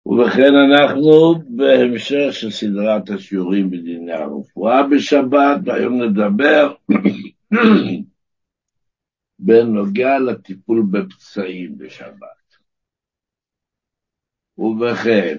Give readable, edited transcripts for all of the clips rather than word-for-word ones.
ובכן אנחנו בהמשך של סדרת השיעורים בדיני הרפואה בשבת, והיום נדבר בנוגע לטיפול בפצעים בשבת. ובכן,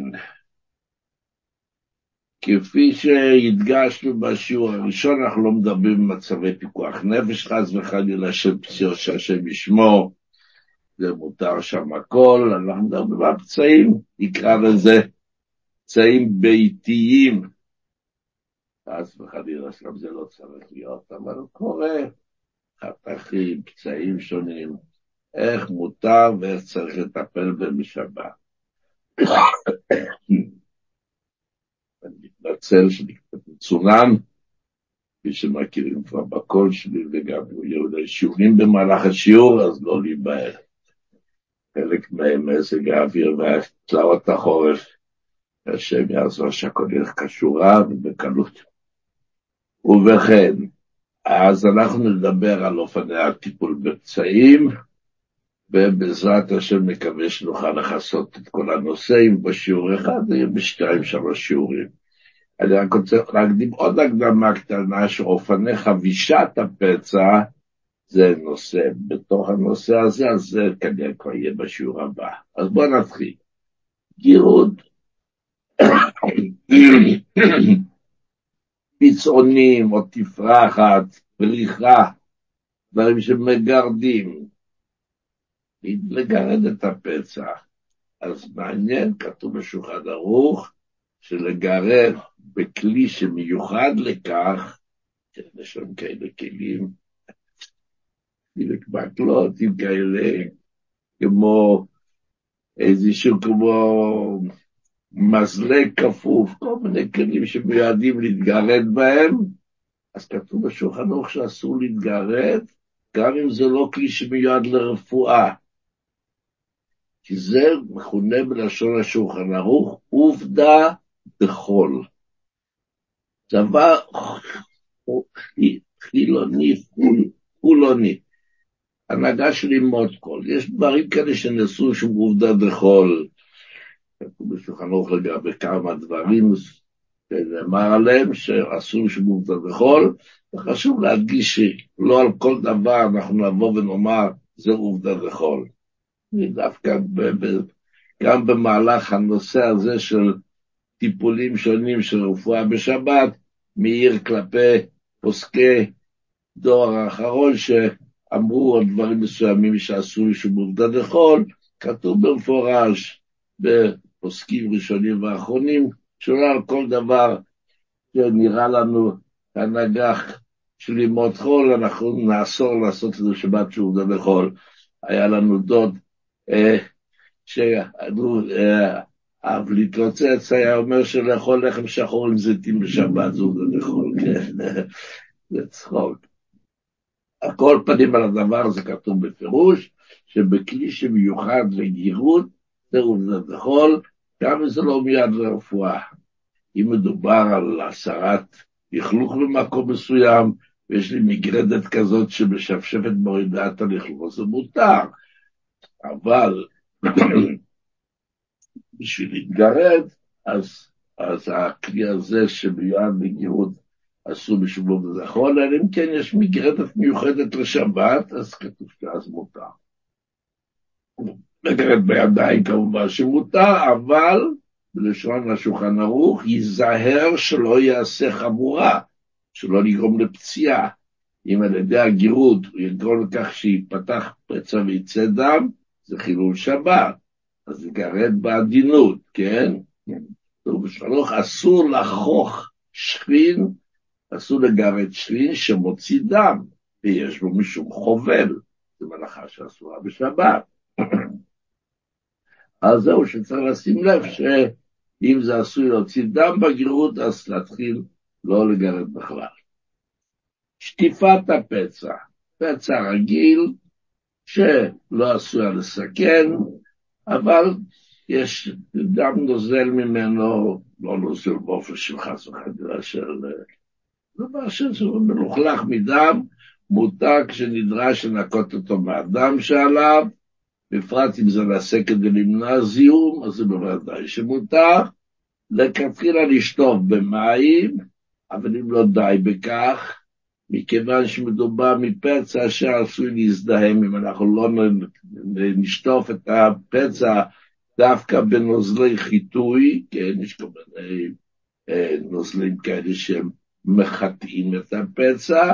כפי שהדגשנו בשיעור הראשון, אנחנו לא מדברים במצבי פיקוח נפש, חס וחלילה של פציעות שהשם ישמור, זה מותר שם הכל, אנחנו מדברים בפצעים, נקרא לזה פצעים ביתיים, חס וחלילה שם זה לא צריך להיות, אבל קורה חתכים, פצעים שונים, איך מותר ואיך צריך לטפל בהם בשבת. אני מתנצל שאני קצת מצונן, כפי שמכירים כבר בקול שלי, וגם יהיו שיעורים במהלך השיעור, אז לא להיבהל. חלק מזג האוויר והצלעות החורף, השם יעזור שהכל ילך כשורה ובקלות. ובכן, אז אנחנו נדבר על אופני הטיפול בפצעים, ובעזרת השם מקווה שנוכל לחסות את כל הנושאים בשיעור אחד, יהיה בשתיים שלוש שיעורים. אני רק רוצה להקדים עוד הקדמה קטנה, שאופני חבישת הפצע, זה נושא, בתוך הנושא הזה, אז זה כנראה כבר יהיה בשיעור הבא. אז בואו נתחיל. גירוד, פיצעונים או תפרחת, בריחה, דברים שמגרדים, לגרד את הפצע. אז מעניין, כתוב בשולחן ערוך, שלגרד בכלי שמיוחד לכך, יש שם כאלה כלים, מקלות עם כאלה, כמו איזשהו כמו מזלג כפוף, כל מיני כלים שמיועדים להתגרד בהם, אז כתוב בשולחן ערוך שאסור להתגרד, גם אם זה לא כלי שמיועד לרפואה. כי זה מכונה בלשון השולחן ערוך, עובדה דחול. דבר חילוני, הנהגה של ללמוד כל. יש דברים כאלה שנעשו שהם עובדה דחול, כתוב בשולחן ערוך לגבי כמה דברים, נאמר עליהם שעשו שהם עובדה דחול, וחשוב להדגיש שלא על כל דבר אנחנו נבוא ונאמר, זה עובדה דחול. דווקא גם במהלך הנושא הזה של טיפולים שונים של רפואה בשבת, מאיר כלפי פוסקי דור האחרון שאמרו על דברים מסוימים שעשו שום עובדה דחול, כתוב במפורש בפוסקים ראשונים ואחרונים, שלא על כל דבר שנראה לנו הנהגה של לימוד חול, אנחנו נאסור לעשות את זה שבת שהוא עובדה דחול. היה לנו דוד אב להתרוצץ, היה אומר שלאכול לחם שחור עם זיתים בשבת, זו עובדה דחול, כן, זה צחוק. על כל פנים על הדבר הזה כתוב בפירוש, שבכלי שמיוחד לגירות, זה עובדה דחול, גם אם זה לא מיד לרפואה. אם מדובר על הסרת לכלוך במקום מסוים, ויש לי מגרדת כזאת שמשפשפת מורידה את הלכלוך, זה מותר. אבל בשביל להתגרד, אז הכלי הזה שמיועד לגירות אסור בשביל עובדה דחול, אלא אם כן יש מגרדת מיוחדת לשבת, אז כתוב שאז מותר. לגרד בידיים כמובן שמותר, אבל בלשון השולחן ערוך ייזהר שלא יעשה חמורה, שלא יגרום לפציעה. אם על ידי הגירות הוא יגרום לכך שיפתח פצע ויצא דם, זה חילול שבת. אז לגרד בעדינות, כן? ובשולחן ערוך אסור לחוך שכין, אסור לגרד שכין שמוציא דם, ויש בו משום חובל, זה מלאכה שאסורה בשבת. אז זהו שצריך לשים לב שאם זה עשוי להוציא דם בגירות, אז להתחיל לא לגרד בכלל. שטיפת הפצע, פצע רגיל שלא עשוי לסכן, אבל יש דם נוזל ממנו, לא נוזל באופן של חס וחלילה של דבר שהוא מלוכלך מדם, מותר כשנדרש לנקות אותו מהדם שעליו, בפרט אם זה נעשה כדי למנוע זיהום, אז זה בוודאי שמותר. לכתחילה לשטוף במים, אבל אם לא די בכך, מכיוון שמדובר מפצע שעשוי להזדהם, אם אנחנו לא נשטוף את הפצע דווקא בנוזלי חיטוי, כן, יש כל מיני נוזלים כאלה שמחטאים את הפצע,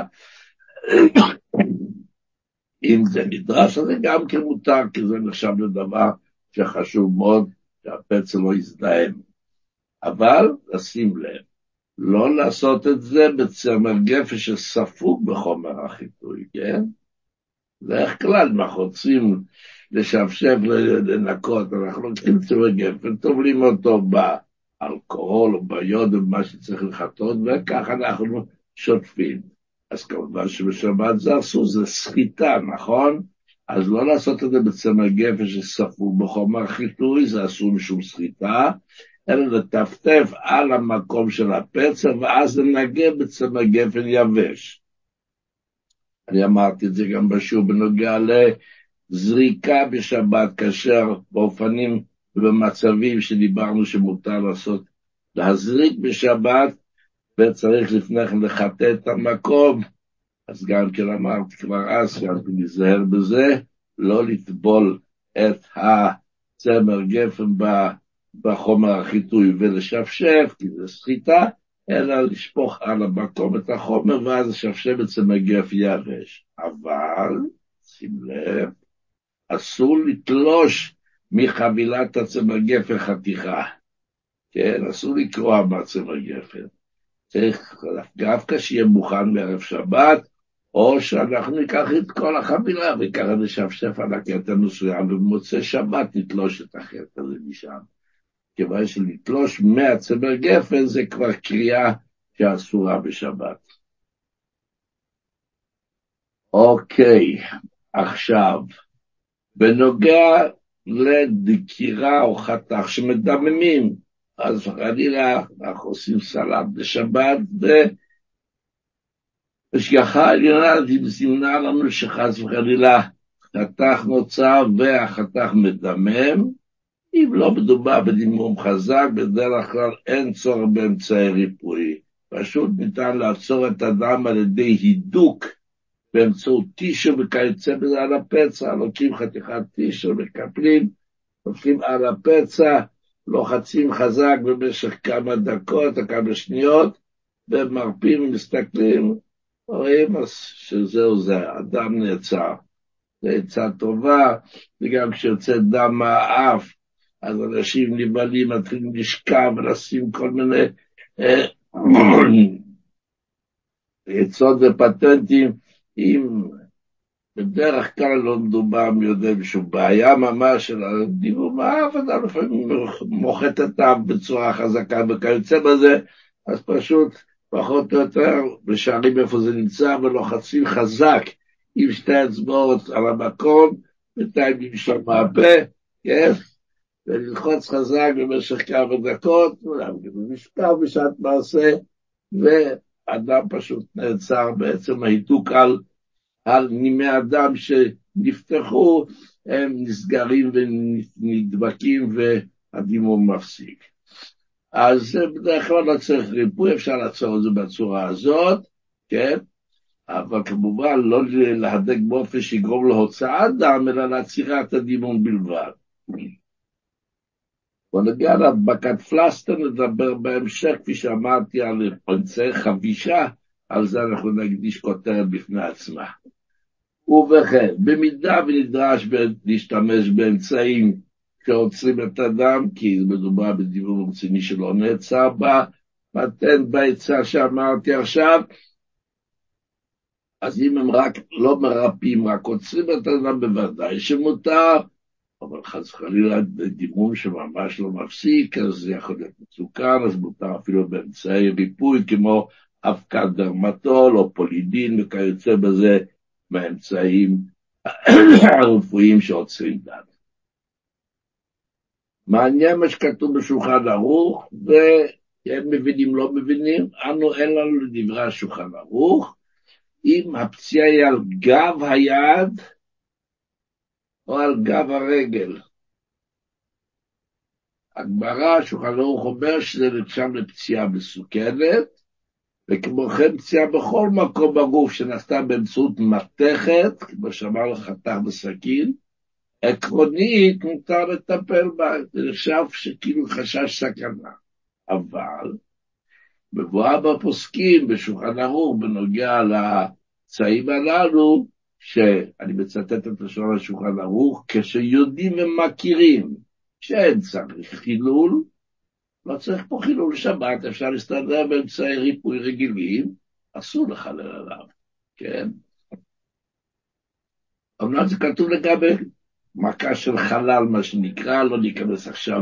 אם זה נדרש, אז זה גם כן מותר, כי זה נחשב לדבר שחשוב מאוד שהפצע לא יזדהם. אבל, לשים לב, לא לעשות את זה בצמר גפן שספוג בחומר החיטוי, כן? בדרך כלל, אם אנחנו רוצים לשפשף, לנקות, אנחנו לוקחים צמר גפן, טובלים אותו באלכוהול או ביוד או מה שצריך לחטות, וכך אנחנו שוטפים. אז כמובן שבשבת זה אסור, זה סחיטה, נכון? אז לא לעשות את זה בצמר גפן שספוג בחומר חיטוי, זה אסור משום סחיטה, אלא לטפטף על המקום של הפצע, ואז לנגע בצמר גפן יבש. אני אמרתי את זה גם בשיעור בנוגע לזריקה בשבת, כאשר באופנים ובמצבים שדיברנו שמותר לעשות, להזריק בשבת, וצריך לפני כן לחטא את המקום, אז גם כן אמרתי כבר אז, גם להיזהר בזה, לא לטבול את הצמר גפן בחומר החיטוי ולשפשף, כי זה סחיטה, אלא לשפוך על המקום את החומר, ואז לשפשף את צמר גפן יבש. אבל, שים לב, אסור לתלוש מחבילת הצמר גפן חתיכה. כן, אסור לקרוע מהצמר גפן. צריך דווקא שיהיה מוכן בערב שבת, או שאנחנו ניקח את כל החבילה, וככה נשפשף על הקטע מסוים, ובמוצאי שבת נתלוש את החטא הזה משם. כיוון שלתלוש מהצמר גפן זה כבר קריאה שאסורה בשבת. אוקיי, עכשיו, בנוגע לדקירה או חתך שמדממים, אז חלילה אנחנו עושים סלט בשבת, והשגחה עליונה זימנה לנו שחס וחלילה חתך נוצר והחתך מדמם, אם לא מדובר בדימום חזק, בדרך כלל אין צורך באמצעי ריפוי. פשוט ניתן לעצור את הדם על ידי הידוק באמצעות טישו וכיוצא בזה על הפצע, לוקחים חתיכת טישו, מקפלים, לוקחים על הפצע, לוחצים חזק במשך כמה דקות או כמה שניות, ומרפים ומסתכלים, רואים שזהו זה, הדם נעצר. זה עצה טובה, וגם כשיוצא דם מהאף, אז אנשים נבהלים, מתחילים לשכב ולשים כל מיני עצות ופטנטים, אם בדרך כלל לא מדובר מי יודע בשום בעיה ממש של דימום האף, אדם לפעמים מוחט את האף בצורה חזקה וכיוצא בזה, אז פשוט פחות או יותר בשערים איפה זה נמצא ולוחצים חזק עם שתי אצבעות על המקום, בינתיים למשוך מהפה, כן? וללחוץ חזק במשך כמה דקות, ומשכב בשעת מעשה, ואדם פשוט נעצר בעצם ההיתוק על נימי הדם שנפתחו, הם נסגרים ונדבקים והדימום מפסיק. אז בדרך כלל לא צריך ריפוי, אפשר לעצור את זה בצורה הזאת, כן? אבל כמובן לא להדק באופן שיגרום להוצאת דם, אלא לעצירת הדימום בלבד. ונגיע להדבקת פלסטר, נדבר בהמשך, כפי שאמרתי, על אמצעי חבישה, על זה אנחנו נקדיש כותרת בפני עצמה. ובכן, במידה ונדרש להשתמש באמצעים שעוצרים את הדם, כי מדובר בדימום רציני שלא נעצר בה, פטנט בעצה שאמרתי עכשיו, אז אם הם רק לא מרפאים, רק עוצרים את הדם, בוודאי שמותר, אבל חס וחלילה דימום שממש לא מפסיק, אז זה יכול להיות מסוכן, אז מותר אפילו באמצעי ריפוי, כמו אבקת דרמטול או פולידין וכיוצא בזה, מהאמצעים הרפואיים שעוצרים דם. מעניין מה שכתוב בשולחן ערוך, והם מבינים לא מבינים, אנו אין לנו לדברי השולחן ערוך, אם הפציעה היא על גב היד, או על גב הרגל. הגמרא, שולחן ערוך אומר שזה נחשב לפציעה מסוכנת, וכמו כן פציעה בכל מקום בגוף שנעשתה באמצעות מתכת, כמו שאמר לך חתך בסכין, עקרונית מותר לטפל בה, זה נחשב שכאילו חשש סכנה. אבל מבואר בפוסקים בשולחן ערוך בנוגע לצעים הללו, שאני מצטט את לשון השולחן ערוך, כשיודעים ומכירים שאין צריך חילול, לא צריך פה חילול שבת, אפשר להסתדר באמצעי ריפוי רגילים, אסור לחלל עליו, כן? אמנם זה כתוב לגבי מכה של חלל, מה שנקרא, לא ניכנס עכשיו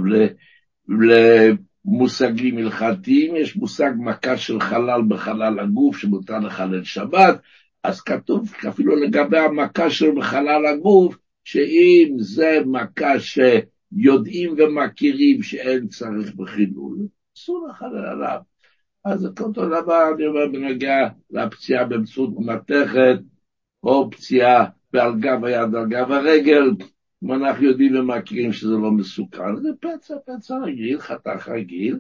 למושגים הלכתיים, יש מושג מכה של חלל בחלל הגוף, שמותר לחלל שבת, אז כתוב אפילו לגבי המכה של בחלל הגוף, שאם זה מכה שיודעים ומכירים שאין צריך בחילול, אסור לחלל עליו. אז אותו דבר אני אומר בנוגע לפציעה באמצעות מתכת, או פציעה ועל גב היד, על גב הרגל, אם אנחנו יודעים ומכירים שזה לא מסוכן, זה פצע רגיל, חתך רגיל,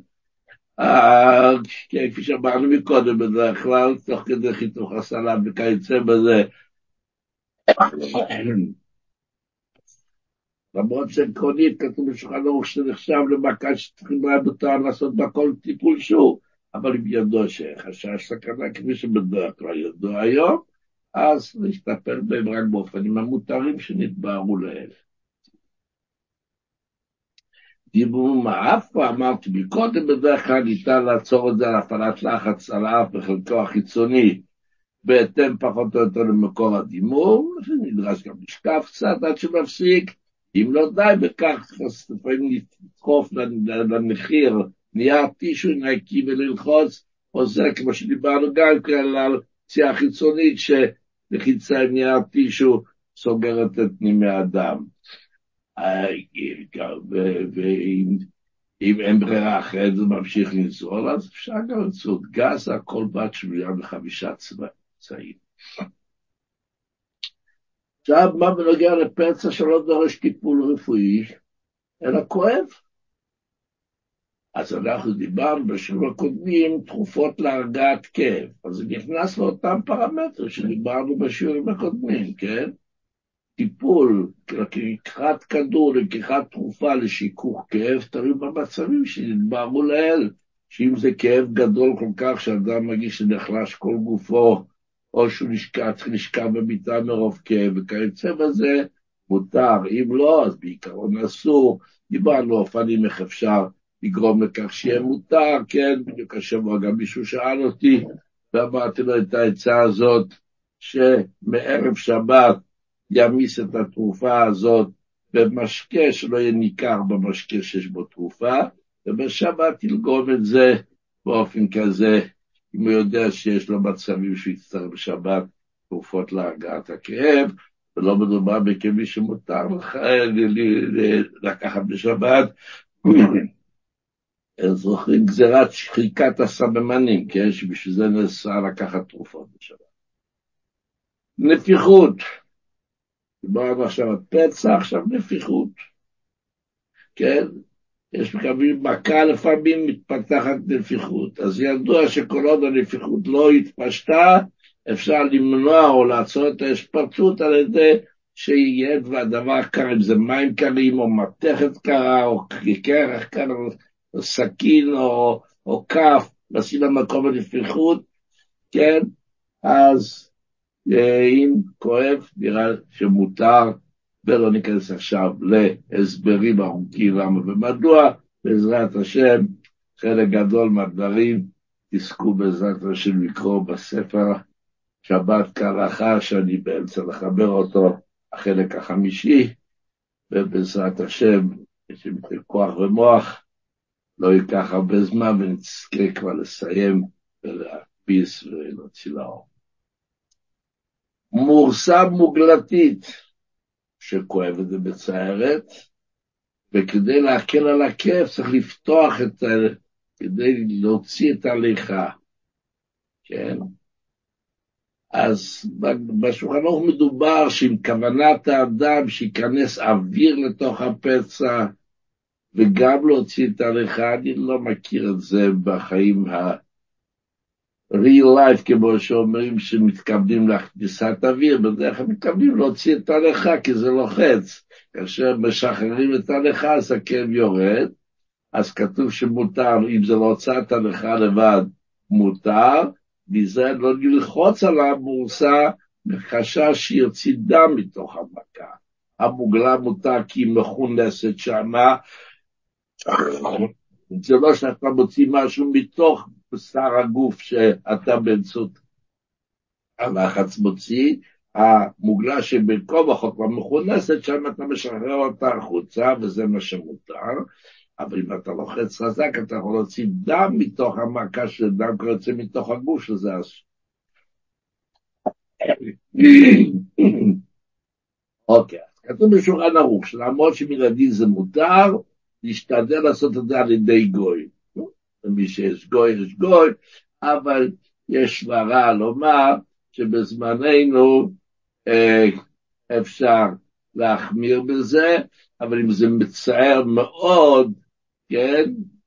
כפי שאמרנו מקודם בדרך כלל, תוך כדי חיתוך הסלט וכיוצא בזה, למרות שעקרונית כתוב בשולחן ערוך שנחשב למכה שצריכים מותר לעשות בה כל טיפול שהוא, אבל אם ידוע שחשש סכנה כפי שבדרך כלל ידוע היום, אז להשתפל בהם רק באופנים המותרים שנתבהרו לעיל. דיברו מאף, אמרתי מקודם, בדרך כלל ניתן לעצור את זה על הפעלת לחץ על האף בחלקו החיצוני, בהתאם פחות או יותר למקור הדימום, שנדרש גם לשכב קצת עד שמפסיק, אם לא די בכך, לפעמים לדחוף לנחיר נייר טישו נקי וללחוץ, או זה כמו שדיברנו גם כאן על פציעה חיצונית, שלחיצה עם נייר טישו סוגרת את נימי הדם. ואם אין ברירה אחרת זה ממשיך לנזול, אז אפשר גם לצוד גז, הכל בת 75 צבעים. עכשיו, מה בנוגע לפצע שלא דורש טיפול רפואי, אלא כואב? אז אנחנו דיברנו בשיעורים הקודמים, תרופות להרגעת כאב, אז זה נכנס לאותם פרמטרים שדיברנו בשיעורים הקודמים, כן? טיפול, לקיחת כדור, לקיחת תרופה לשיכוך כאב, תראו במצבים שנדברו לעיל, שאם זה כאב גדול כל כך שאדם מגיש שנחלש כל גופו, או שהוא צריך לשכב במיטה מרוב כאב, וכיוצא בזה מותר, אם לא, אז בעיקרון אסור, דיברנו אופנים איך אפשר לגרום לכך שיהיה מותר, כן, בדיוק השבוע גם מישהו שאל אותי, ואמרתי לו את העצה הזאת, שמערב שבת, ימיס את התרופה הזאת במשקה שלא יהיה ניכר במשקה שיש בו תרופה, ובשבת תלגום את זה באופן כזה, אם הוא יודע שיש לו מצבים שיצטרך בשבת תרופות להרגעת הכאב, ולא מדובר בכמי שמותר לקחת בשבת, זוכרים גזירת שחיקת הסממנים, כן? שבשביל זה נעשה לקחת תרופות בשבת. נפיחות, דיברנו עכשיו על פצע, עכשיו נפיחות, כן? יש מקבלים מכה, לפעמים מתפתחת נפיחות, אז ידוע שכל עוד הנפיחות לא התפשטה, אפשר למנוע או לעצור את ההשפרצות על ידי שיהיה דבר קר, אם זה מים קרים או מתכת קרה או קרח קר או סכין או כף, לשים במקום הנפיחות, כן? אז אם כואב, נראה שמותר, ולא ניכנס עכשיו להסברים ארוכים למה ומדוע, בעזרת השם, חלק גדול מהדברים תזכו בעזרת השם לקרוא בספר שבת כהלכה, שאני באמצע לחבר אותו, החלק החמישי, ובעזרת השם, יש לי כוח ומוח, לא ייקח הרבה זמן, ונזכה כבר לסיים ולהפיס ולהוציא לאור. מורסה מוגלתית שכואבת ומצערת, וכדי להקל על הכאב צריך לפתוח את כדי להוציא את ההליכה, כן? אז בשולחן ערוך מדובר שעם כוונת האדם שיכנס אוויר לתוך הפצע, וגם להוציא את ההליכה. אני לא מכיר את זה בחיים real life, כמו שאומרים שמתכוונים להכניסת אוויר, בדרך כלל מתכוונים להוציא את ההליכה, כי זה לוחץ. כאשר משחררים את ההליכה, אז הכאב יורד, אז כתוב שמותר, אם זה לא הוצאת ההליכה לבד, מותר, מזה לא ללחוץ על הבורסה, מחשש שיוציא דם מתוך המכה. המוגלה מותר כי היא מכונסת שמה, זה לא שאתה מוציא משהו מתוך בשר הגוף שאתה באמצעות הלחץ מוציא, המוגלה שבין כה וכה כבר מכונסת, שם אתה משחרר אותה החוצה, וזה מה שמותר. אבל אם אתה לוחץ חזק, אתה יכול להוציא דם מתוך המכה, שדם כבר יוצא מתוך הגוף, שזה אוקיי, כתוב בשולחן ערוך, שלמרות שמילדין זה מותר, להשתדל לעשות את זה על ידי גוי. ומי שיש גוי, יש גוי, אבל יש סברה לומר שבזמננו אפשר להחמיר בזה, אבל אם זה מצער מאוד, כן,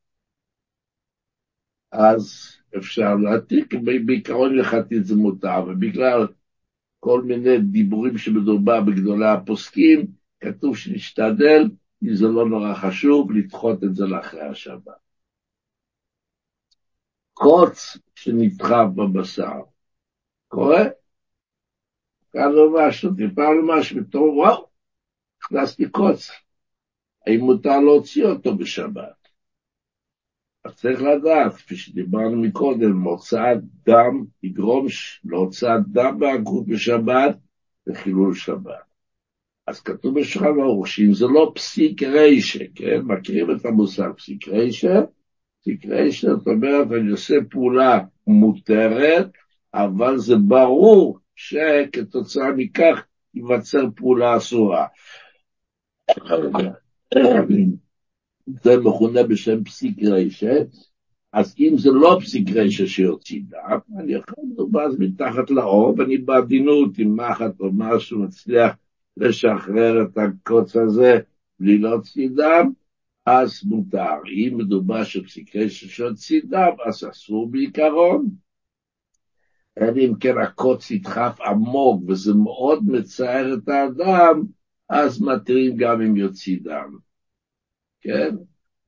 אז אפשר להעתיק, בעיקרון הלכתית זה מותר, ובגלל כל מיני דיבורים שמדובר בגדולי הפוסקים, כתוב שנשתדל, אם זה לא נורא חשוב, לדחות את זה לאחרי השבת. קוץ שנדחף בבשר, קורה? כאן לא משהו, דיברנו משהו, בתור וואו, הכנסתי קוץ, האם מותר להוציא אותו בשבת? אז צריך לדעת, כפי שדיברנו מקודם, הוצאת דם יגרום להוצאת דם מהגוף בשבת וחילול שבת. אז כתוב בשולחן ערוך שאם זה לא פסיק רישה, כן, מכירים את המושג פסיק רישה? פסיק רישה, זאת אומרת, אני עושה פעולה מותרת, אבל זה ברור שכתוצאה מכך ייווצר פעולה אסורה. זה מכונה בשם פסיק רישה. אז אם זה לא פסיק רישה שיוציא דם, אני יכול לבז מתחת לאור, ואני בעדינות עם מחט או משהו מצליח לשחרר את הקוץ הזה בלי להוציא דם, אז מותר. אם מדובר שפסיק רישה שיוציא דם, אז אסור בעיקרון. אלא אם כן הקוץ ידחף עמוק, וזה מאוד מצער את האדם, אז מתירים גם אם יוציא דם. כן?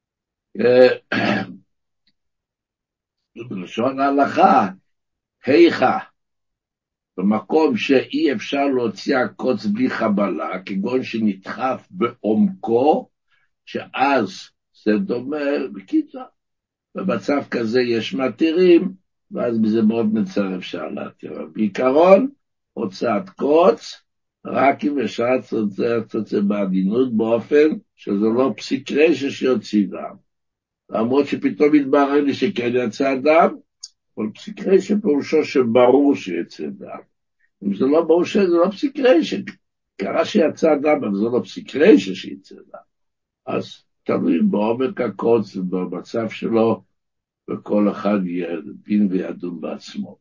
בלשון ההלכה, היכה, במקום שאי אפשר להוציא הקוץ בלי חבלה, כגון שנדחף בעומקו, שאז זה דומה, בקיצור, במצב כזה יש מתירים, ואז בזה מאוד מצער אפשר להתיר. בעיקרון, הוצאת קוץ, רק אם אפשר לעשות את זה בעדינות, באופן שזה לא פסיק רישה שיוציא דם. למרות שפתאום התברר לי שכן יצא דם, אבל פסיק רישה פירושו שברור שיצא דם. אם זה לא ברור שזה לא פסיק רישה, קרה שיצא דם, אבל זה לא פסיק רישה שיצא דם. אז תלוי בעומק הקוץ ובמצב שלו, וכל אחד ידין וידון בעצמו.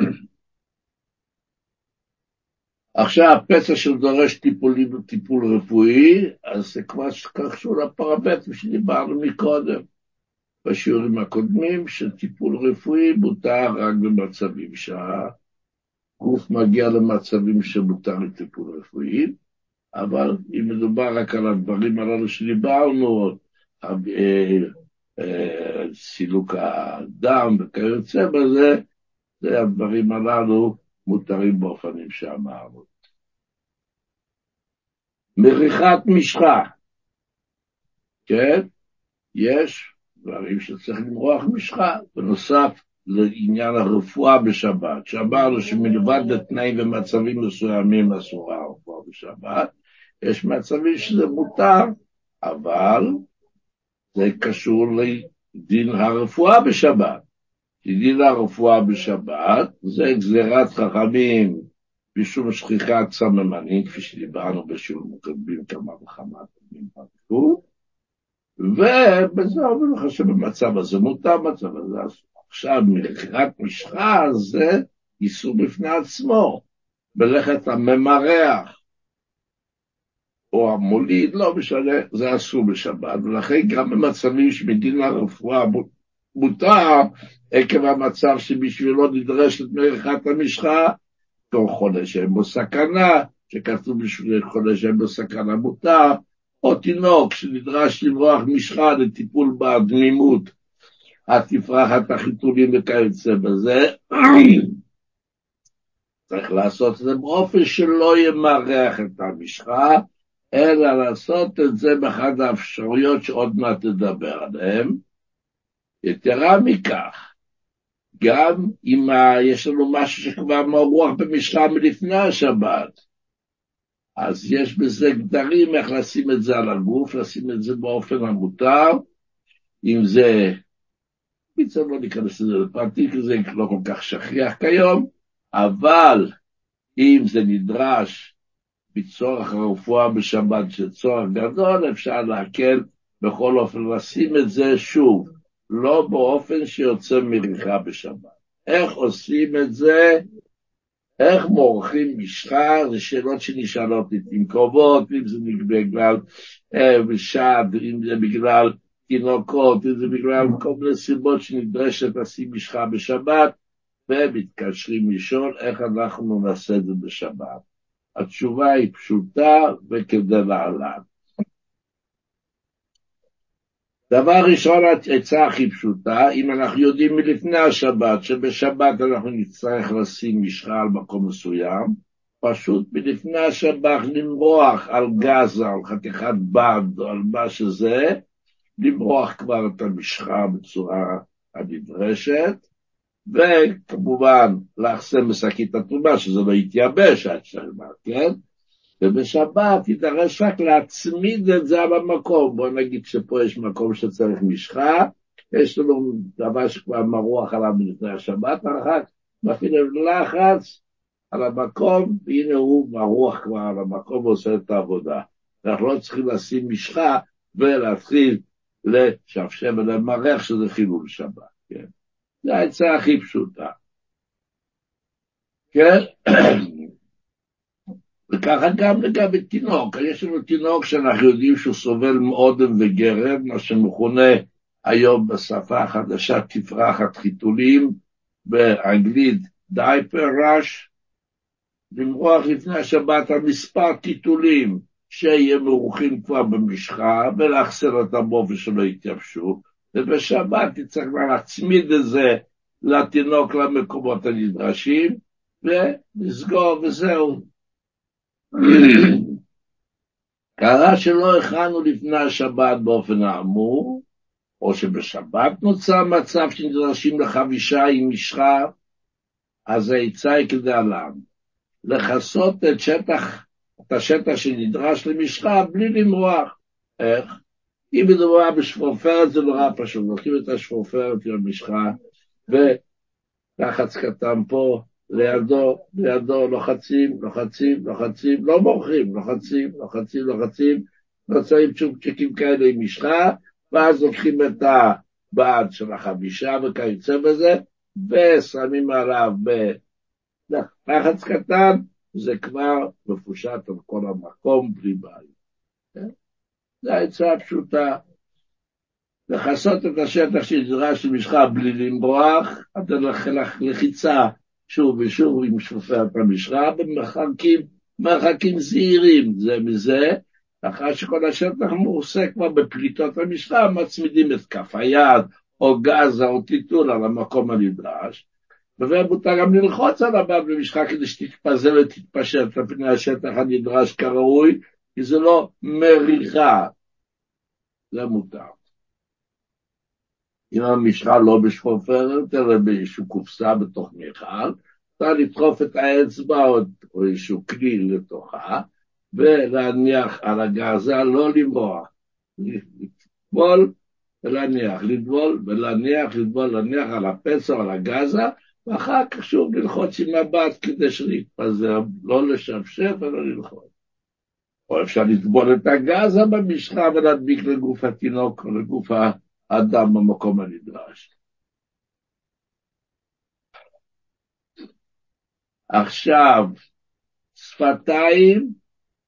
עכשיו, פצע שדורש טיפול רפואי, אז זה כבר קשור לפרמטרים שדיברנו מקודם. בשיעורים הקודמים, שטיפול רפואי מותר רק במצבים שהגוף מגיע למצבים שמותר לטיפול רפואי, אבל אם מדובר רק על הדברים הללו שדיברנו, סילוק הדם וכיוצא בזה, זה הדברים הללו מותרים באופנים שאמרנו. מריחת משחה, כן? יש דברים שצריך למרוח משחה, בנוסף לעניין הרפואה בשבת, שאמרנו שמלבד לתנאים ומצבים מסוימים אסורה הרפואה בשבת, יש מצבים שזה מותר, אבל זה קשור לדין הרפואה בשבת. דין הרפואה בשבת זה גזירת חכמים בשום שכיחת סממנים, כפי שדיברנו בשיעורים מקודמים כמה וכמה פעמים פרקו, ובזה אומר לך שבמצב הזה מותר, מצב הזה אסור. עכשיו, מריחת משחה זה איסור בפני עצמו, מלאכת הממרח, או המוליד, לא משנה, זה אסור בשבת, ולכן גם במצבים שמדין הרפואה מותר, עקב המצב שבשבילו נדרשת מריחת המשחה, כל חולה שאין בו סכנה, שכתוב בשביל חולה שאין בו סכנה מותר, או תינוק שנדרש לברוח משחה לטיפול בדמימות, התפרחת החיתולים וכיוצא בזה, צריך לעשות את זה באופן שלא ימרח את המשחה, אלא לעשות את זה באחד האפשרויות שעוד מעט נדבר עליהן. יתרה מכך, גם אם יש לנו משהו שכבר מרוח במשחה מלפני השבת, אז יש בזה גדרים איך לשים את זה על הגוף, לשים את זה באופן המותר, אם זה, בעצם לא ניכנס לזה לפרטי, כי זה לא כל כך שכיח כיום, אבל אם זה נדרש בצורך הרפואה בשבת שצורך גדול, אפשר להקל בכל אופן לשים את זה שוב, לא באופן שיוצא מריחה בשבת. איך עושים את זה? איך מורחים משחה? זה שאלות שנשאלות עם קרובות, אם זה בגלל שד, אם זה בגלל תינוקות, אם זה בגלל כל מיני סיבות שנדרשת לשים משחה בשבת, ומתקשרים לשאול איך אנחנו נעשה את זה בשבת. התשובה היא פשוטה וכדלהלן. דבר ראשון, העצה הכי פשוטה, אם אנחנו יודעים מלפני השבת, שבשבת אנחנו נצטרך לשים משחה על מקום מסוים, פשוט מלפני השבת למרוח על גז, על חתיכת בד, או על מה שזה, למרוח כבר את המשחה בצורה הנדרשת, וכמובן לאחסן בשקית התרומה, שזה לא יתייבש עד שבת, כן? ובשבת יידרש רק להצמיד את זה על המקום. בוא נגיד שפה יש מקום שצריך משחה, יש לנו דבר שכבר מרוח עליו לפני השבת, אחר כך מפעיל לחץ על המקום, והנה הוא מרוח כבר על המקום ועושה את העבודה. אנחנו לא צריכים לשים משחה ולהתחיל לשפשף ולמרח שזה חילול שבת. כן? זה העצה הכי פשוטה. כן? וככה גם לגבי תינוק, יש לנו תינוק שאנחנו יודעים שהוא סובל מאודם וגרב, מה שמכונה היום בשפה החדשה תפרחת חיתולים, באנגלית diaper rash, למרוח לפני השבת על מספר טיטולים שיהיה מרוחים כבר במשחה, ולאחסן אותם באופן שלא יתייבשו, ובשבת תצטרך להצמיד את זה לתינוק למקומות הנדרשים, ולסגור וזהו. קרה שלא הכנו לפני השבת באופן האמור, או שבשבת נוצר מצב שנדרשים לחבישה עם משחה, אז העצה היא כדלהלן, לחסות את השטח שנדרש למשחה בלי למרוח. איך? אם מדובר בשפופרת זה נורא פשוט, לוקחים את השפופרת עם המשחה, ולחץ קטן פה, לידו, לוחצים, לא מורחים, לוחצים, נוצרים צ'ופצ'יקים כאלה עם משחה, ואז לוקחים את הבעד של החבישה וכיוצא בזה, ושמים עליו בלחץ קטן, זה כבר מפושט על כל המקום בלי בעיה. זה העצה הפשוטה. לחסות את השטח שנדרש למשחה בלי למרוח, עד לחיצה שוב ושוב עם שפופרת המשחה, במרחקים זהירים זה מזה, אחרי שכל השטח מועסק כבר בפליטות המשחה, מצמידים את כף היד או גזה או טיטול על המקום הנדרש, ומותר גם ללחוץ על הבד במשחה כדי שתתפזר ותתפשט על פני השטח הנדרש כראוי, כי זה לא מריחה, זה מותר. אם המשחה לא בשפופרת, אלא באיזושהי קופסה בתוך מיכל, צריך לדחוף את האצבע או איזשהו כלי לתוכה, ולהניח על הגזה, לא למרוח, לטבול ולהניח, להניח על הפצע או על הגזה, ואחר כך שוב ללחוץ עם מבט כדי שנתפזר, לא לשפשף ולא ללחוץ. או אפשר לטבול את הגזה במשחה ולהדביק לגוף התינוק או לגוף האדם במקום הנדרש. עכשיו, שפתיים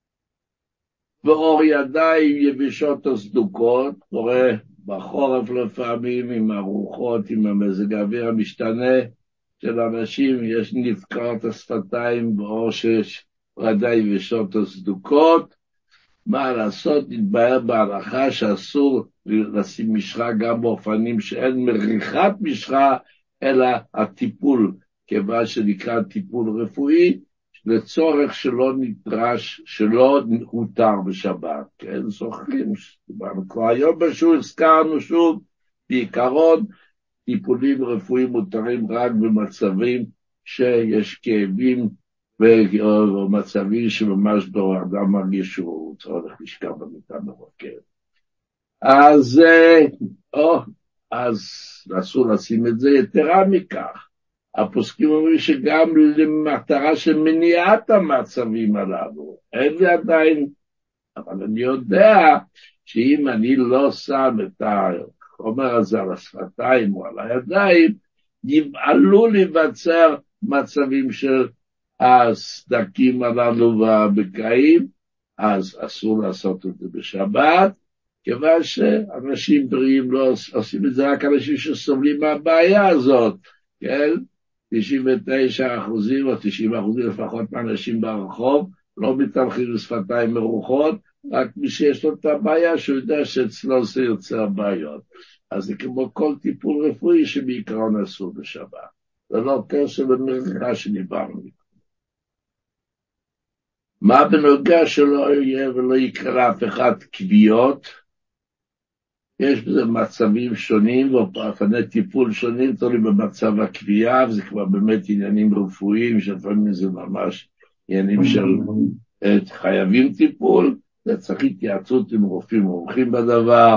ואור ידיים יבשות או סדוקות, קורה בחורף לפעמים עם הרוחות, עם המזג האוויר המשתנה של אנשים, יש נפקעות השפתיים באור שיש ידיים יבשות או סדוקות. מה לעשות? נתבהר בהלכה שאסור לשים משחה גם באופנים שאין מריחת משחה, אלא הטיפול, כיוון שנקרא טיפול רפואי, לצורך שלא נדרש, שלא הותר בשבת. כן, זוכרים, כבר היום בשביל הזכרנו שוב, בעיקרון, טיפולים רפואיים מותרים רק במצבים שיש כאבים, ומצבים שממש אדם מרגיש שהוא צריך לשכב במיטה מבוקרת. אז אסור לשים את זה. יתרה מכך, הפוסקים אומרים שגם למטרה של מניעת המצבים הללו, אין לי עדיין, אבל אני יודע שאם אני לא שם את החומר הזה על השפתיים או על הידיים, עלול להיווצר מצבים של הסדקים הללו והבקעים, אז אסור לעשות את זה בשבת, כיוון שאנשים בריאים לא עושים את זה, רק אנשים שסובלים מהבעיה הזאת, כן? 99% או 90% לפחות מהאנשים ברחוב לא מתהלכים בשפתיים מרוחות, רק מי שיש לו את הבעיה שהוא יודע שאצלו זה יוצר בעיות. אז זה כמו כל טיפול רפואי שבעיקרון אסור בשבת. זה לא קשר במרחק שדיברנו. מה בנוגע שלא יהיה ולא יקרה לאף אחד קביעות? יש בזה מצבים שונים ואופני טיפול שונים, תלוי במצב הקביעה, וזה כבר באמת עניינים רפואיים, שלפעמים זה ממש עניינים של חייבים טיפול, זה צריך התייעצות עם רופאים מומחים בדבר.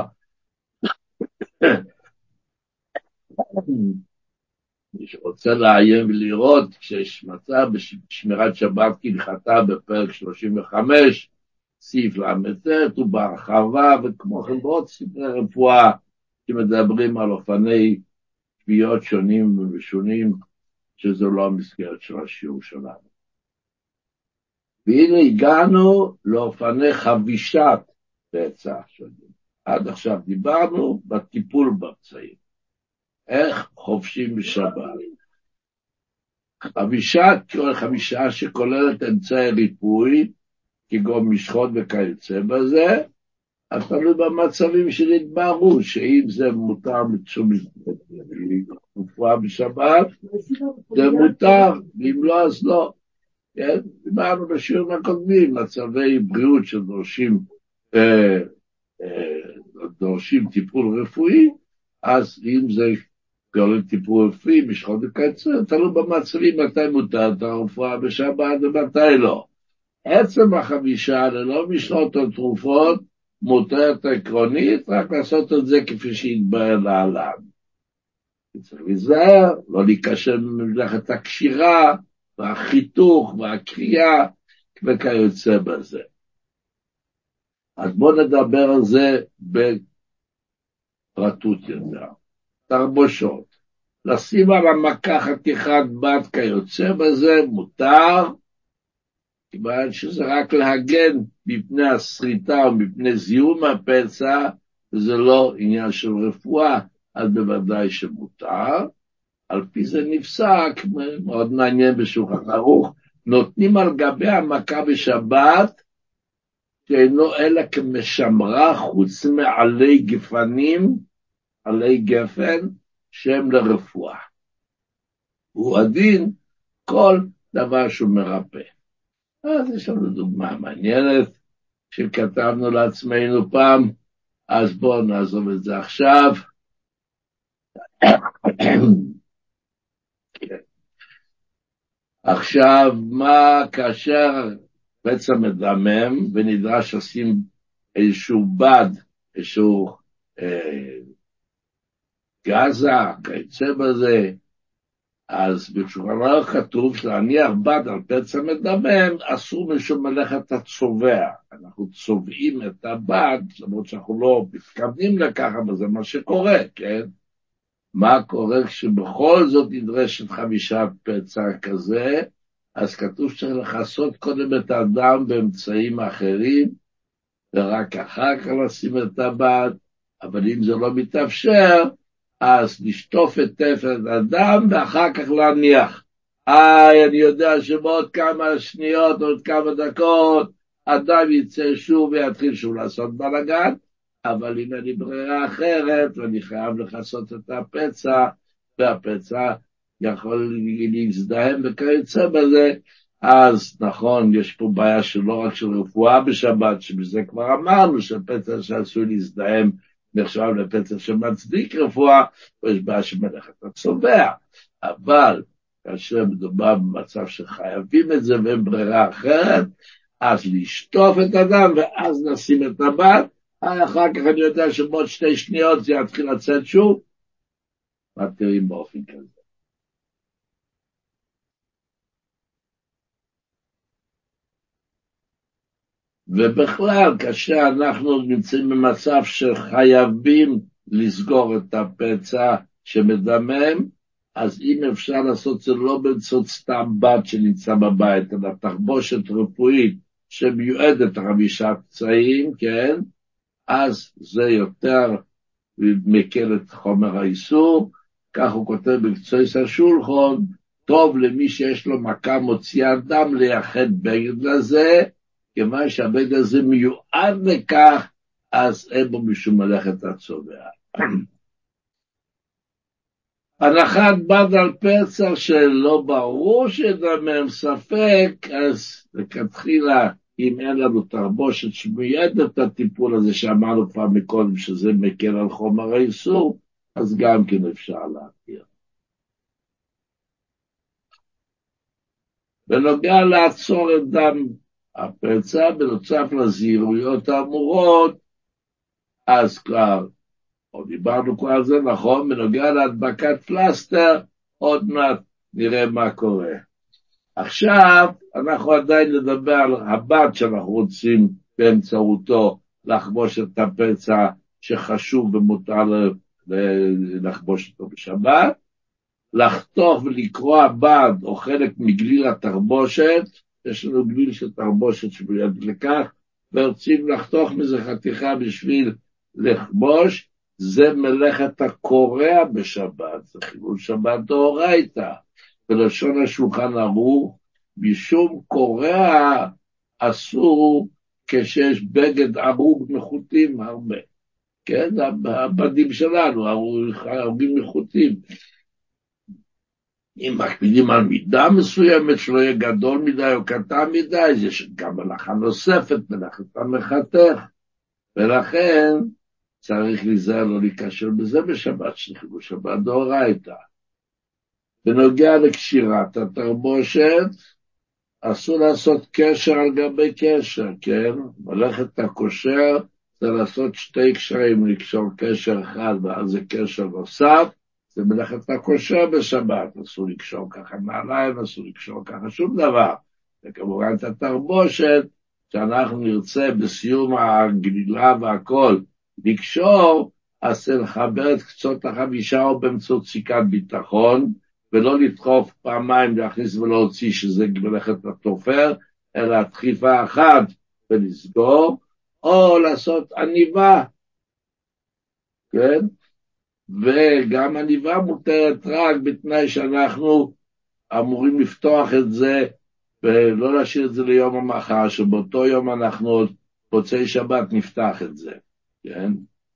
מי שרוצה לעיין ולראות, כשיש מצב בשמירת שבת כהלכתה בפרק 35, סעיף ל"ט, ובהרחבה, וכמו כן בעוד ספרי רפואה שמדברים על אופני קביעות שונים ומשונים, שזו לא המסגרת של השיעור שלנו. והנה הגענו לאופני חבישת פצע שונים. עד עכשיו דיברנו בטיפול בפצעים. איך חובשים בשבת? חבישה שכוללת אמצעי ריפוי, כגון משחות וכיוצא בזה, אז תלוי במצבים שנתבהרו, שאם זה מותר מצומית רפואה בשבת, זה מותר, ואם לא אז לא. כן? דיברנו בשיעורים הקודמים, מצבי בריאות שדורשים טיפול רפואי, אז אם זה כולל טיפול רפואי, משחות וכיוצא, תלוי במצבים מתי מותר את הרפואה בשבת ומתי לא. עצם החבישה ללא משחות או תרופות, מותרת עקרונית, רק לעשות את זה כפי שהתבהר להלן. צריך להיזהר, לא להיקשר ממלאכת הקשירה, והחיתוך והקריאה, וכיוצא בזה. אז בואו נדבר על זה בפרטות יותר. תרבושות. לשים על המכה חתיכת בד כיוצא בזה, מותר, כיוון שזה רק להגן מפני הסריטה או מפני זיהום הפצע, וזה לא עניין של רפואה, אז בוודאי שמותר. על פי זה נפסק, מאוד מעניין בשולחן ערוך, נותנים על גבי המכה בשבת, שאינו אלא כמשמרה חוץ מעלי גפנים, עלי גפן, שהם לרפואה. הוא הדין כל דבר שהוא מרפא. אז יש לנו דוגמה מעניינת שכתבנו לעצמנו פעם, אז בואו נעזוב את זה עכשיו. עכשיו, מה כאשר פצע מדמם ונדרש לשים איזשהו בד, איזשהו גזה, כיוצא בזה, אז בשולחן ערוך כתוב שלהניח בד על פצע מדמם, אסור משום מלאכת הצובע. אנחנו צובעים את הבד, למרות שאנחנו לא מתכוונים לכך, אבל זה מה שקורה, כן? מה קורה כשבכל זאת נדרשת חבישת פצע כזה? אז כתוב שצריך לכסות קודם את הדם באמצעים אחרים, ורק אחר כך לשים את הבד, אבל אם זה לא מתאפשר, אז לשטוף את הדם ואחר כך להניח. אני יודע שבעוד כמה שניות, עוד כמה דקות, הדם יצא שוב ויתחיל שוב לעשות בלגן, אבל אם אין לי ברירה אחרת, ואני חייב לכסות את הפצע, והפצע יכול להזדהם וכיוצא בזה, אז נכון, יש פה בעיה שלא רק של רפואה בשבת, שבזה כבר אמרנו שפצע שעשוי להזדהם נחשב לפצע שמצדיק רפואה, ויש בעיה שמלאכת הצובע. אבל כאשר מדובר במצב שחייבים את זה ואין ברירה אחרת, אז לשטוף את הדם ואז נשים את הבד, אחר כך אני יודע שבעוד 2 שניות זה יתחיל לצאת שוב, מתירים באופן כזה. ובכלל, כאשר אנחנו נמצאים במצב שחייבים לסגור את הפצע שמדמם, אז אם אפשר לעשות זה לא באמצעות סתם בד שנמצא בבית, אלא תחבושת רפואית שמיועדת 5 פצעים, כן? אז זה יותר מקל את חומר האיסור. כך הוא כותב בקצויס השולחן, טוב למי שיש לו מכה מוציאה דם לייחד בגד לזה, כיוון שהבגד הזה מיועד לכך, אז אין בו משום מלאכת הצובע. הנחת בד על פצע שלא ברור שדמם ספק, אז לכתחילה, אם אין לנו תרבושת שמיועדת הטיפול הזה שאמרנו כבר מקודם שזה מקל על חומר האיסור, אז גם כן אפשר להתיר. בנוגע לעצור את דם הפצע, בנוסף לזהירויות האמורות, אז כבר, או דיברנו כבר על זה, נכון, בנוגע להדבקת פלסטר, עוד מעט נראה מה קורה. עכשיו, אנחנו עדיין נדבר על הבד שאנחנו רוצים באמצעותו לחבוש את הפצע שחשוב ומותר לחבוש אותו בשבת, לחתוך ולקרוע בד או חלק מגליל התרבושת, יש לנו גליל של תרבושת שמיועד לכך, ורוצים לחתוך מזה חתיכה בשביל לכבוש, זה מלאכת הקורע בשבת, זה חילול שבת דאורייתא. בלשון השולחן ערוך, משום קורע אסור כשיש בגד ערוג מחוטים הרבה. כן, הבדים שלנו, ערוגים מחוטים. אם מקפידים על מידה מסוימת, שלא יהיה גדול מדי או קטן מדי, יש גם מלאכה נוספת, מלאכת המחתך, ולכן צריך להיזהר לא להיכשל בזה בשבת, שחילול שבת דאורייתא. בנוגע לקשירת התרבושת, אסור לעשות קשר על גבי קשר, כן? מלאכת הקושר זה לעשות 2 קשרים, לקשור קשר אחד ואז זה קשר נוסף, זה מלאכת הקושר בשבת, אסור לקשור ככה נעליים, אסור לקשור ככה שום דבר. וכמובן את התרבושת, שאנחנו נרצה בסיום הגלילה והכל לקשור, אז לחבר את קצות ה5 או באמצעות סיכת ביטחון, ולא לדחוף פעמיים להכניס ולהוציא שזה מלאכת התופר, אלא דחיפה אחת ולסגור, או לעשות עניבה, כן? וגם עניבה מותרת רק בתנאי שאנחנו אמורים לפתוח את זה, ולא להשאיר את זה ליום המחר, שבאותו יום אנחנו עוד מוצאי שבת נפתח את זה, כן?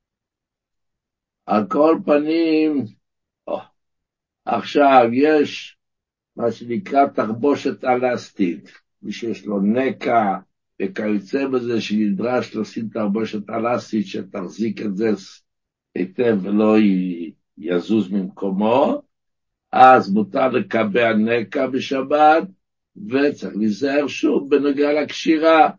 על כל פנים, עכשיו יש מה שנקרא תרבושת אלסטית, מי שיש לו נקע וכיוצא בזה שנדרש לשים תרבושת אלסטית שתחזיק את זה היטב ולא יזוז ממקומו, אז מותר לקבע נקע בשבת, וצריך להיזהר שוב בנוגע לקשירה.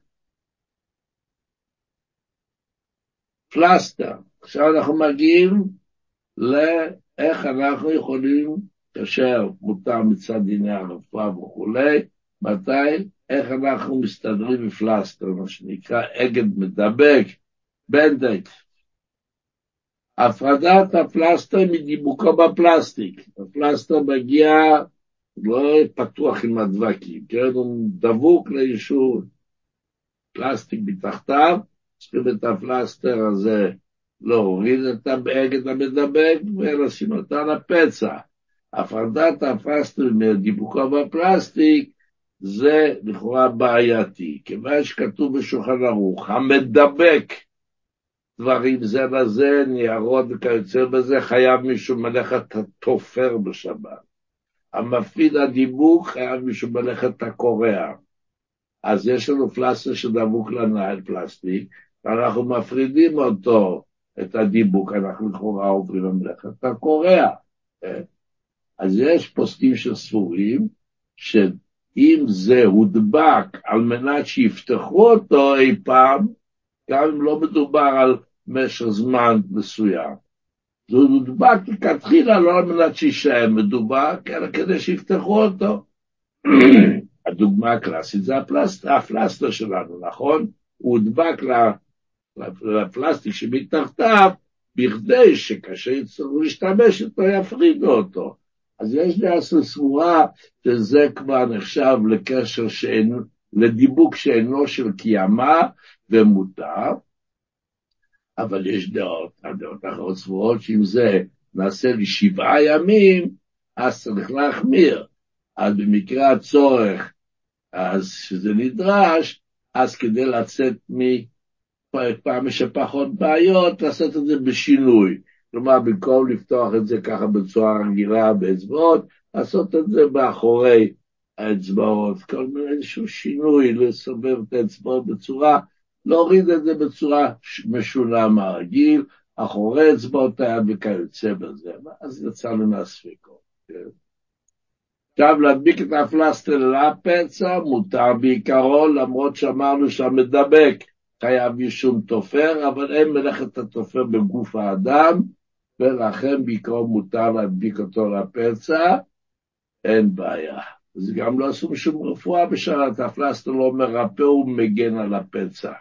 פלסטר, עכשיו אנחנו מגיעים לאיך אנחנו יכולים, כאשר מותר מצד דיני הרפואה וכולי, מתי, איך אנחנו מסתדרים מפלסטר, מה שנקרא אגד מדבק, בנדק. הפרדת הפלסטר מדיבוקו בפלסטיק. הפלסטר מגיע לא פתוח עם הדבקים, כן? הוא דבוק לאיזשהו פלסטיק מתחתיו, צריכים את הפלסטר הזה להוריד את הבגד המדבק ולשים אותה על הפצע. הפרדת הפלסטר מדיבוקו בפלסטיק זה לכאורה בעייתי, כיוון שכתוב בשולחן ערוך, המדבק דברים זה לזה, ניירות וכיוצא בזה, חייב מישהו מלאכת התופר בשבת. המפעיל הדיבוק חייב מישהו מלאכת הקורע. אז יש לנו פלסטר שדבוק לנעל פלסטיק, ואנחנו מפרידים אותו, את הדיבוק, אנחנו לכאורה עוברים למלאכת הקורע. אז יש פוסקים שסבורים, שאם זה הודבק על מנת שיפתחו אותו אי פעם, גם אם לא מדובר על משך זמן מסוים. זה הודבק כתחילה לא על מנת שישאר מדובק, אלא כדי שיפתחו אותו. הדוגמה הקלאסית זה הפלסטר שלנו, נכון? הוא הודבק לפלסטיק שמתחתיו, בכדי שכאשר יצטרכו להשתמש איתו, יפרידו אותו. אז יש דעה סבורה שזה כבר נחשב לקשר לדיבוק שאינו של קיימה ומותר, אבל יש הדעות אחרות סבורות שאם זה נעשה לי 7 ימים, אז צריך להחמיר. אז במקרה הצורך, אז שזה נדרש, אז כדי לצאת פעם שפחות בעיות, לעשות את זה בשינוי. כלומר, במקום לפתוח את זה ככה בצורה רגילה באצבעות, לעשות את זה באחורי האצבעות, כל מיני איזשהו שינוי, לסובב את האצבעות בצורה, להוריד את זה בצורה משונה מהרגיל, אחורי אצבעות היד וכיוצא בזה, אז יצאנו מהספיקות. עכשיו להדביק את הפלסטר לפצע, מותר בעיקרון, למרות שאמרנו שהמדבק חייב משום תופר, אבל אין מלאכת התופר בגוף האדם, ולכן בעיקרון מותר להדביק אותו לפצע, אין בעיה. זה גם לא עשו משום רפואה בשעת, הפלסטר לא מרפא ומגן על הפצע.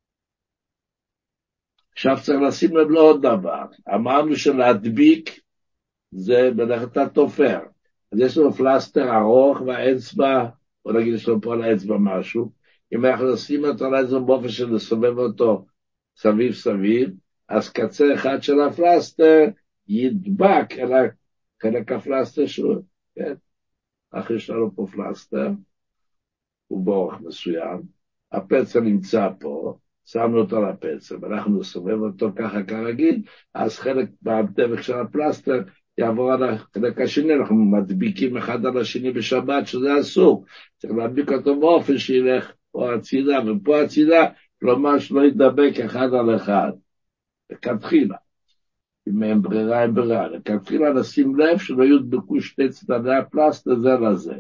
עכשיו צריך לשים לב לעוד דבר, אמרנו שלהדביק זה מלאכת התופר, אז יש לנו פלסטר ארוך והאצבע, בוא נגיד יש לנו פה על האצבע משהו, אם אנחנו נשים אותו על האצבע באופן של לסובב אותו סביב סביב, אז קצה אחד של הפלסטר ידבק אל חלק הפלסטר שלו, כן? אך יש לנו פה פלסטר, הוא באורך מסוים, הפצע נמצא פה, שמנו אותו על הפצע, ואנחנו נסובב אותו ככה כרגיל, אז חלק בדבק של הפלסטר יעבור על החלק השני, אנחנו מדביקים אחד על השני בשבת, שזה אסור, צריך להדביק אותו באופן שילך פה הצידה ופה הצידה, כלומר שלא ידבק אחד על אחד, כתחילה, אם אין ברירה אין ברירה, כתחילה לשים לב שלא יודבקו שתי צדדי הפלסטר זה לזה.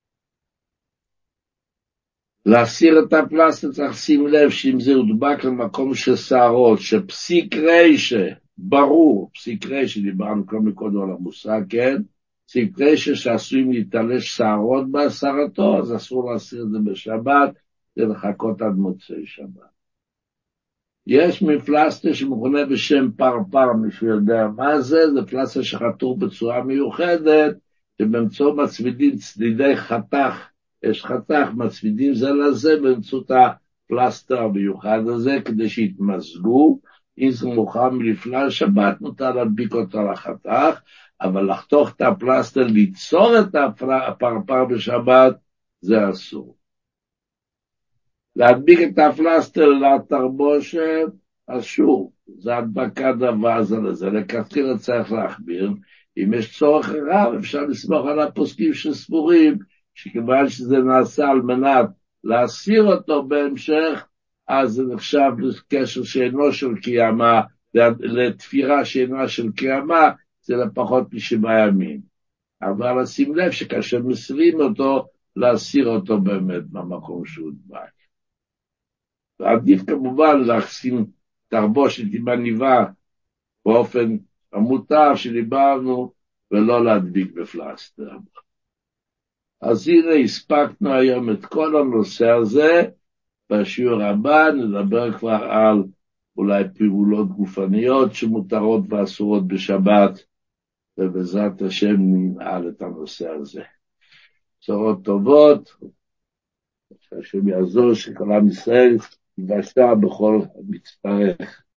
להסיר את הפלסטר צריך לשים לב שאם זה הודבק למקום של שערות, שפסיק רשע, ברור, פסיק רשע, דיברנו כבר מקודם על המושג, כן? פסיק רשע שעשויים להתעלש שערות בהסרתו, אז אסור להסיר את זה בשבת, זה לחכות עד מוצאי שבת. יש מפלסטר שמכונה בשם פרפר, מישהו יודע מה זה? זה פלסטר שחתוך בצורה מיוחדת, שבאמצעות מצמידים צדידי חתך, יש חתך, מצמידים זה לזה באמצעות הפלסטר המיוחד הזה, כדי שיתמזגו, אם זה מוכר מלפני שבת, מותר להדביק אותו על החתך, אבל לחתוך את הפלסטר, ליצור את הפרפר בשבת, זה אסור. להדביק את הפלסטר לתרבושת, אז שוב, זה הדבקה דבר זה לזה, לכתחילה צריך להחמיר, אם יש צורך רב, אפשר לסמוך על הפוסקים שסבורים, שכיוון שזה נעשה על מנת להסיר אותו בהמשך, אז זה נחשב לקשר שאינו של קיימה, לתפירה שאינה של קיימה, זה לפחות מ7 ימים. אבל לשים לב שכאשר מסירים אותו, להסיר אותו באמת במקום שהוא דבק. ועדיף כמובן להחסים תרבושת עם עניבה באופן המותר שדיברנו, ולא להדביק בפלסטר. אז הנה הספקנו היום את כל הנושא הזה, בשיעור הבא נדבר כבר על אולי פעולות גופניות שמותרות ואסורות בשבת, ובעזרת השם ננעל את הנושא הזה. בשורות טובות, שהשם יעזור שכל עם ישראל יבשע בכל מצטרך.